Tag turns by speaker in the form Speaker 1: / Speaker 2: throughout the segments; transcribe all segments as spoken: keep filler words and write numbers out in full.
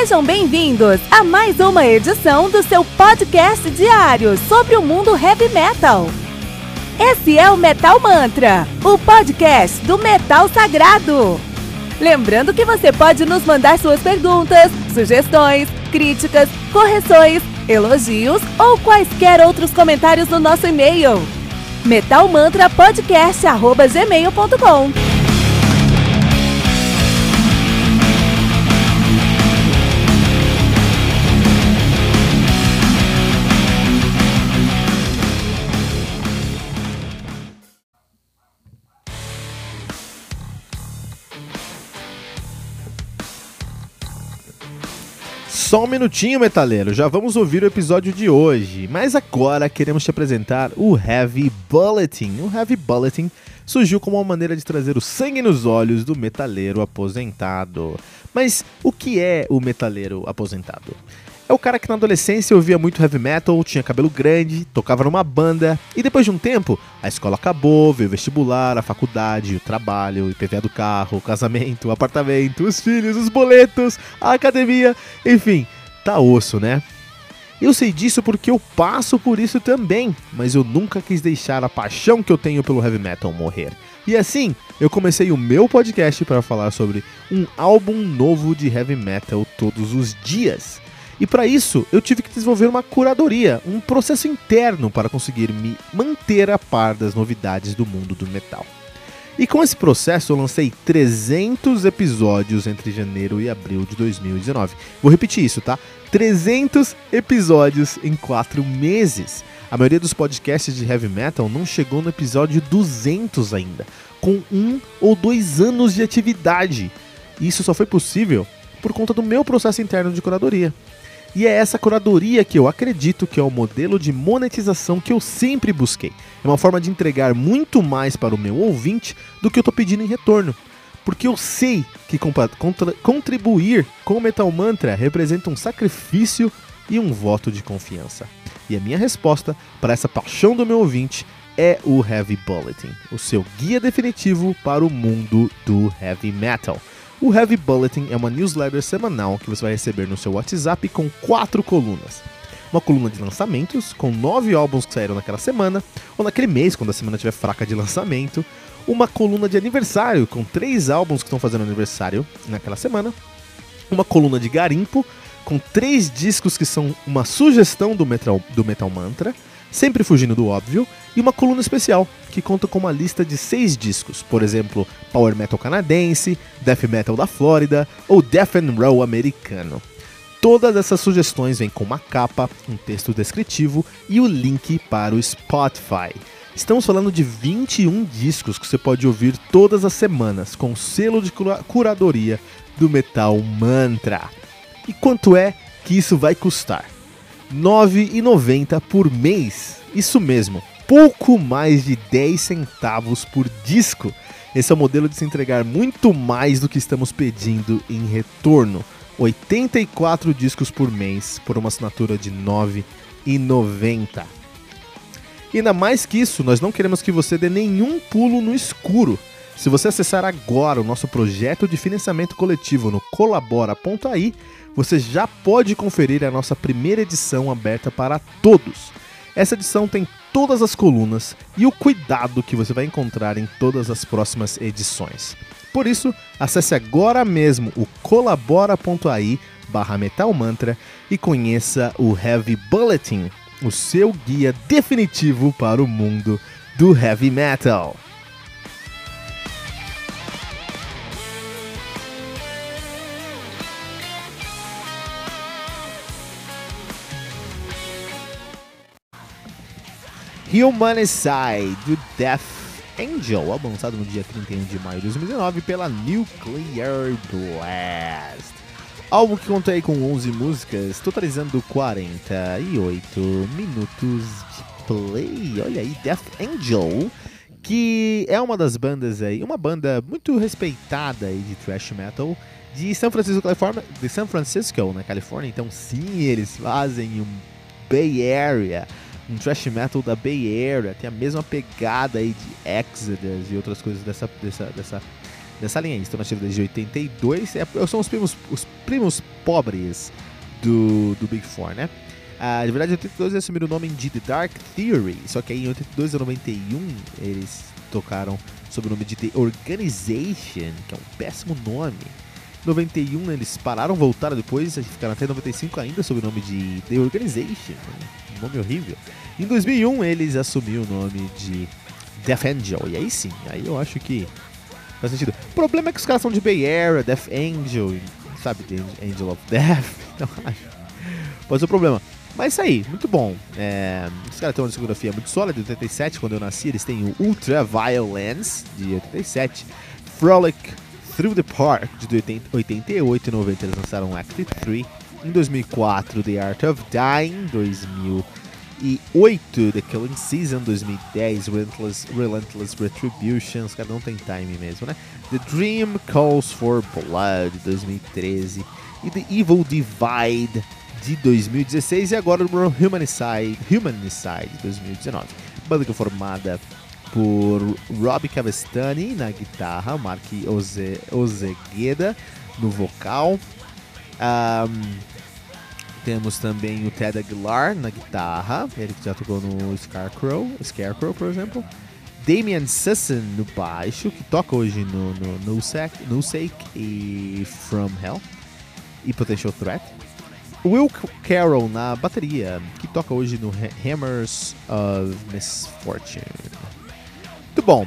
Speaker 1: Sejam bem-vindos a mais uma edição do seu podcast diário sobre o mundo heavy metal. Esse é o Metal Mantra, o podcast do metal sagrado. Lembrando que você pode nos mandar suas perguntas, sugestões, críticas, correções, elogios ou quaisquer outros comentários no nosso e-mail metalmantrapodcast arroba gmail ponto com.
Speaker 2: Só um minutinho, metaleiro, já vamos ouvir o episódio de hoje, mas agora queremos te apresentar o Heavy Bulletin. O Heavy Bulletin surgiu como uma maneira de trazer o sangue nos olhos do metaleiro aposentado. Mas o que é o metaleiro aposentado? É o cara que na adolescência ouvia muito heavy metal, tinha cabelo grande, tocava numa banda e depois de um tempo a escola acabou, veio o vestibular, a faculdade, o trabalho, o I P V A do carro, o casamento, o apartamento, os filhos, os boletos, a academia, enfim, tá osso, né? Eu sei disso porque eu passo por isso também, mas eu nunca quis deixar a paixão que eu tenho pelo heavy metal morrer. E assim, eu comecei o meu podcast para falar sobre um álbum novo de heavy metal todos os dias. E para isso, eu tive que desenvolver uma curadoria, um processo interno para conseguir me manter a par das novidades do mundo do metal. E com esse processo, eu lancei trezentos episódios entre janeiro e abril de dois mil e dezenove. Vou repetir isso, tá? trezentos episódios em quatro meses. A maioria dos podcasts de heavy metal não chegou no episódio duzentos ainda, com um ou dois anos de atividade. E isso só foi possível por conta do meu processo interno de curadoria. E é essa curadoria que eu acredito que é o modelo de monetização que eu sempre busquei. É uma forma de entregar muito mais para o meu ouvinte do que eu estou pedindo em retorno. Porque eu sei que contra- contra- contribuir com o Metal Mantra representa um sacrifício e um voto de confiança. E a minha resposta para essa paixão do meu ouvinte é o Heavy Bulletin, o seu guia definitivo para o mundo do heavy metal. O Heavy Bulletin é uma newsletter semanal que você vai receber no seu WhatsApp com quatro colunas. Uma coluna de lançamentos, com nove álbuns que saíram naquela semana, ou naquele mês, quando a semana estiver fraca de lançamento. Uma coluna de aniversário, com três álbuns que estão fazendo aniversário naquela semana. Uma coluna de garimpo, com três discos que são uma sugestão do Metal, do Metal Mantra, sempre fugindo do óbvio, e uma coluna especial, que conta com uma lista de seis discos, por exemplo, Power Metal canadense, Death Metal da Flórida ou Death and Roll americano. Todas essas sugestões vêm com uma capa, um texto descritivo e o link para o Spotify. Estamos falando de vinte e um discos que você pode ouvir todas as semanas, com selo de cura- curadoria do Metal Mantra. E quanto é que isso vai custar? nove reais e noventa centavos por mês, isso mesmo, pouco mais de dez centavos por disco. Esse é o modelo de se entregar muito mais do que estamos pedindo em retorno, oitenta e quatro discos por mês por uma assinatura de nove reais e noventa centavos. E ainda mais que isso, nós não queremos que você dê nenhum pulo no escuro. Se você acessar agora o nosso projeto de financiamento coletivo no colabora ponto a i, você já pode conferir a nossa primeira edição aberta para todos. Essa edição tem todas as colunas e o cuidado que você vai encontrar em todas as próximas edições. Por isso, acesse agora mesmo o colabora ponto a i barra Metal Mantra e conheça o Heavy Bulletin, o seu guia definitivo para o mundo do heavy metal. Humanicide, do Death Angel, álbum lançado no dia trinta e um de maio de dois mil e dezenove pela Nuclear Blast. Álbum que conta aí com onze músicas, totalizando quarenta e oito minutos de play. Olha aí, Death Angel, que é uma das bandas aí, uma banda muito respeitada aí de thrash metal de São Francisco, Califórnia, de San Francisco, na Califórnia. Então sim, eles fazem um Bay Area, um thrash metal da Bay Area, tem a mesma pegada aí de Exodus e outras coisas dessa, dessa, dessa, Nessa linha aí, estão nativos desde oitenta e dois, é, são os primos, os primos pobres do, do Big Four, né? Ah, de verdade, em oitenta e dois eles assumiram o nome de The Dark Theory, só que aí em oitenta e dois e noventa e um eles tocaram sob o nome de The Organization, que é um péssimo nome. Em noventa e um eles pararam, voltaram depois, ficaram até noventa e cinco ainda sob o nome de The Organization, um nome horrível. Em dois mil e um eles assumiram o nome de Death Angel, e aí sim, aí eu acho que faz sentido. O problema é que os caras são de Bay Area, Death Angel, sabe, The Angel of Death, então acho pode ser o problema. Mas isso aí, muito bom. É, os caras têm uma discografia muito sólida, de oitenta e sete, quando eu nasci, eles têm o Ultra Violence, de oitenta e sete, Frolic Through the Park, de oitenta e oito, e noventa eles lançaram Act três, em dois mil e quatro, The Art of Dying, dois mil e oito, The Killing Season, dois mil e dez, Relentless, Relentless Retribution, os caras não tem time mesmo, né? The Dream Calls for Blood, de dois mil e treze, e The Evil Divide, de dois mil e dezesseis, e agora o Humanicide, Humanicide de dois mil e dezenove. Banda que é formada por Rob Cavestani na guitarra, Mark Oze, Ozegueda no vocal. Um, temos também o Ted Aguilar na guitarra, ele que já tocou no Scarecrow, Scarecrow, por exemplo. Damian Sisson no baixo, que toca hoje no, no, no, Sec, no Sake e From Hell e Potential Threat. Will Carroll na bateria, que toca hoje no Hammers of Misfortune. Muito bom.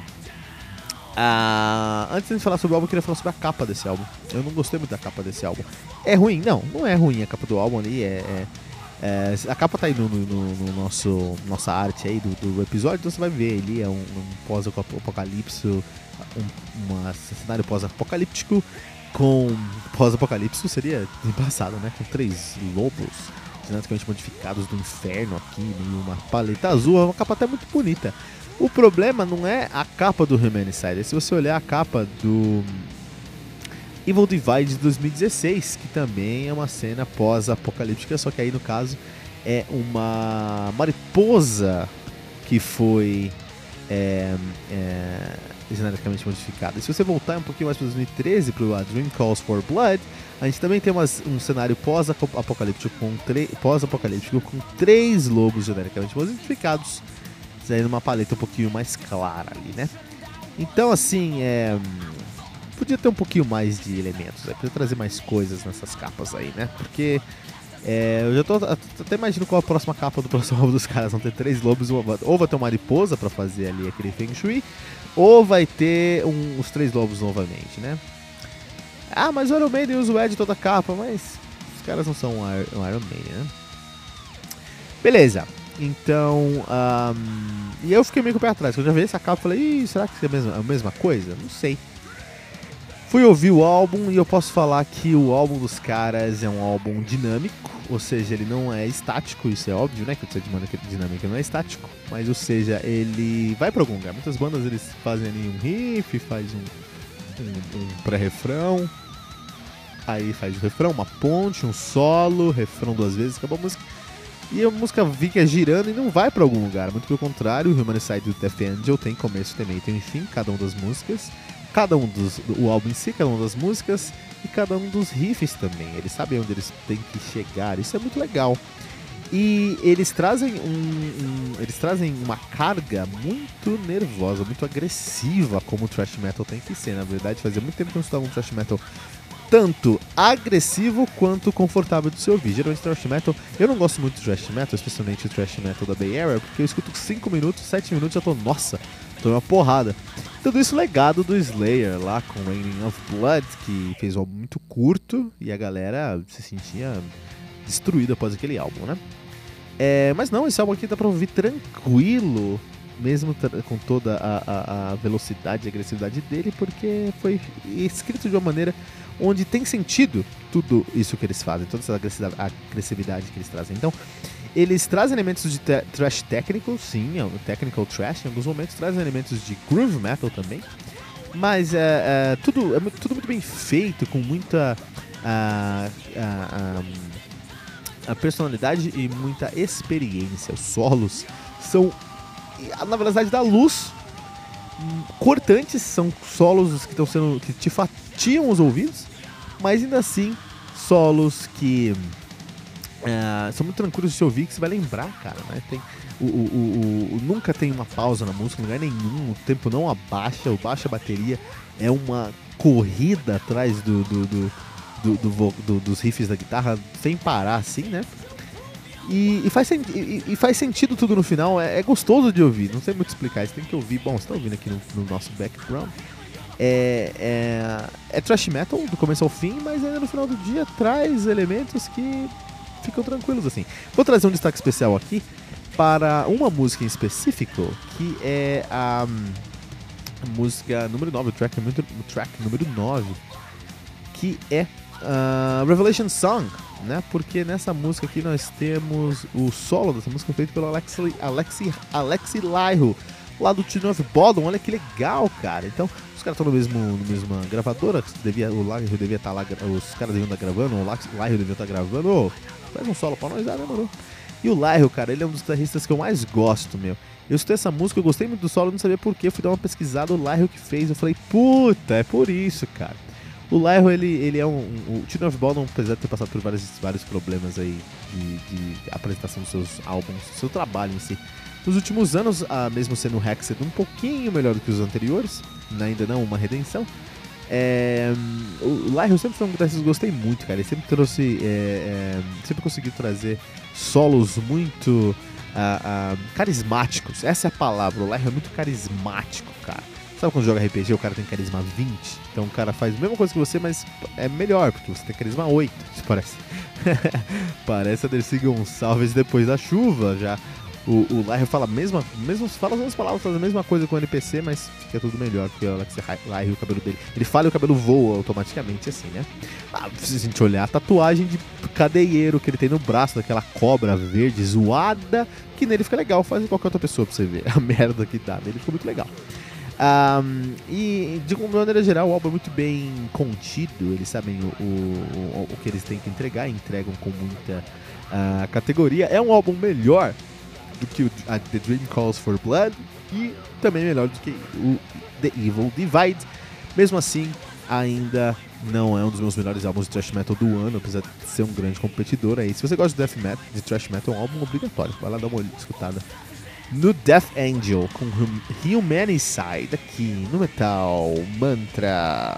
Speaker 2: Uh, antes de falar sobre o álbum, eu queria falar sobre a capa desse álbum. Eu não gostei muito da capa desse álbum. É ruim? Não, não é ruim a capa do álbum ali. É, é, é, a capa tá aí no, no, no nosso nossa arte aí do, do episódio, então você vai ver ali. É um, um pós-apocalipse, um uma, cenário pós-apocalíptico. Com pós-apocalipse seria embaçado, né? Com três lobos geneticamente modificados do inferno aqui, meio uma paleta azul, é uma capa até muito bonita. O problema não é a capa do Humanicide, é se você olhar a capa do Evil Divide de dois mil e dezesseis, que também é uma cena pós-apocalíptica, só que aí no caso é uma mariposa que foi é, é, geneticamente modificada. E se você voltar um pouquinho mais para dois mil e treze, para o A Dream Calls for Blood, a gente também tem umas, um cenário pós-apocalíptico com, pós-apocalíptico com três lobos geneticamente modificados, saindo uma paleta um pouquinho mais clara ali, né? Então, assim, é... podia ter um pouquinho mais de elementos, né? Podia trazer mais coisas nessas capas aí, né? Porque é, eu já tô, até imagino qual a próxima capa do próximo álbum dos caras. Vão ter três lobos, ou vai ter uma mariposa pra fazer ali aquele Feng Shui, ou vai ter um, os três lobos novamente, né? Ah, mas o Iron Maiden usa o Ed toda a capa, mas os caras não são um Iron Maiden, né? Beleza, então, um, e eu fiquei meio com o pé atrás, quando eu já vi essa capa e falei, ih, será que é a mesma, a mesma coisa? Não sei. Fui ouvir o álbum e eu posso falar que o álbum dos caras é um álbum dinâmico, ou seja, ele não é estático, isso é óbvio, né, que o de dinâmica não é estático, mas ou seja, ele vai pra algum lugar. Muitas bandas eles fazem ali um riff, faz um, um, um pré-refrão, aí faz o refrão, uma ponte, um solo, refrão duas vezes, acabou a música. E a música fica girando e não vai pra algum lugar, muito pelo contrário. O Humanicide do Death Angel tem começo, tem meio, tem fim, cada uma das músicas. Cada um dos, o álbum em si, cada uma das músicas e cada um dos riffs também. Eles sabem onde eles têm que chegar, isso é muito legal. E eles trazem, um, um, eles trazem uma carga muito nervosa, muito agressiva, como o thrash metal tem que ser. Na verdade, fazia muito tempo que eu não escutava um thrash metal tanto agressivo quanto confortável de se ouvir. Geralmente thrash metal, eu não gosto muito de thrash metal, especialmente o thrash metal da Bay Area, porque eu escuto cinco minutos, sete minutos e já tô, nossa, tô uma porrada. Tudo isso legado do Slayer lá com Raining of Blood, que fez um álbum muito curto e a galera se sentia destruída após aquele álbum, né? É, mas não, esse álbum aqui dá pra ouvir tranquilo, mesmo com toda a, a, a velocidade e agressividade dele, porque foi escrito de uma maneira onde tem sentido tudo isso que eles fazem, toda essa agressividade que eles trazem. Então, eles trazem elementos de te- thrash técnico, sim, é um technical thrash, em alguns momentos trazem elementos de groove metal também, mas é, é, tudo, é tudo muito bem feito, com muita a, a, a, a personalidade e muita experiência. Os solos são, na velocidade da luz, cortantes, são solos que estão sendo que te fatiam os ouvidos, mas ainda assim solos que uh, são muito tranquilos de se ouvir, que você vai lembrar, cara, né? Tem o, o, o, o, nunca tem uma pausa na música, em lugar nenhum, o tempo não abaixa, o baixa bateria é uma corrida atrás do, do, do, do, do, do, dos riffs da guitarra sem parar, assim, né? E, e, faz, e, e faz sentido tudo no final, é, é gostoso de ouvir, não sei muito explicar, você tem que ouvir, bom, você tá ouvindo aqui no, no nosso background, é, é, é thrash metal do começo ao fim, mas ainda no final do dia traz elementos que ficam tranquilos assim. Vou trazer um destaque especial aqui para uma música em específico, que é a, a música número nove, o track, o track número nove, que é uh, Revelation Song, né? Porque nessa música aqui nós temos o solo dessa música feito pelo Alexi, Alexi, Alexi Laiho, lá do Children of Bodom. Olha que legal, cara. Então, os caras estão no mesmo, no mesma gravadora, devia, o Laiho devia estar lá, os caras deviam estar gravando, o Laiho devia estar gravando. Ô, faz um solo pra nós, já demorou. E o Laiho, cara, ele é um dos guitarristas que eu mais gosto, meu. Eu escutei essa música, eu gostei muito do solo, não sabia porquê, fui dar uma pesquisada, o Laiho que fez, eu falei, puta, é por isso, cara. O Laiho, ele, ele é um... um o Children of Bodom, apesar de ter passado por vários, vários problemas aí de, de apresentação dos seus álbuns, do seu trabalho em si. Nos últimos anos, ah, mesmo sendo o Hexed um pouquinho melhor do que os anteriores, ainda não uma redenção, é, o Laiho sempre foi um guitarrista que eu gostei muito, cara. Ele sempre trouxe... É, é, sempre conseguiu trazer solos muito ah, ah, carismáticos. Essa é a palavra. O Laiho é muito carismático, cara. Sabe quando joga R P G o cara tem carisma vinte? Então o cara faz a mesma coisa que você, mas é melhor, porque você tem carisma oito, isso parece. Parece a Dercy Gonçalves depois da chuva, já. O, o Laiho fala a mesma, mesmo, fala as mesmas palavras, faz a mesma coisa com o N P C, mas fica tudo melhor, porque o Alexi Laiho, o cabelo dele, ele fala e o cabelo voa automaticamente, assim, né? Ah, se a gente olhar a tatuagem de cadeieiro que ele tem no braço, daquela cobra verde zoada, que nele fica legal, faz qualquer outra pessoa pra você ver a merda que dá nele, ficou muito legal. Um, e de uma maneira geral o álbum é muito bem contido, eles sabem o, o, o que eles têm que entregar, entregam com muita uh, categoria. É um álbum melhor do que o uh, The Dream Calls for Blood e também melhor do que o The Evil Divide. Mesmo assim, ainda não é um dos meus melhores álbuns de thrash metal do ano, apesar de ser um grande competidor aí. Se você gosta de death metal, de thrash metal, é um álbum obrigatório, vai lá dar uma escutada no Death Angel, com Humanicide, aqui no Metal Mantra.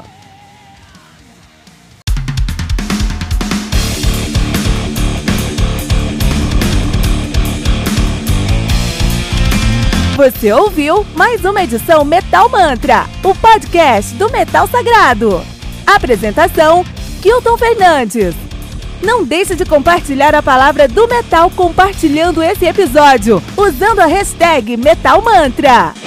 Speaker 1: Você ouviu mais uma edição Metal Mantra, o podcast do Metal Sagrado. Apresentação, Kilton Fernandes. Não deixe de compartilhar a palavra do metal compartilhando esse episódio, usando a hashtag Metal Mantra.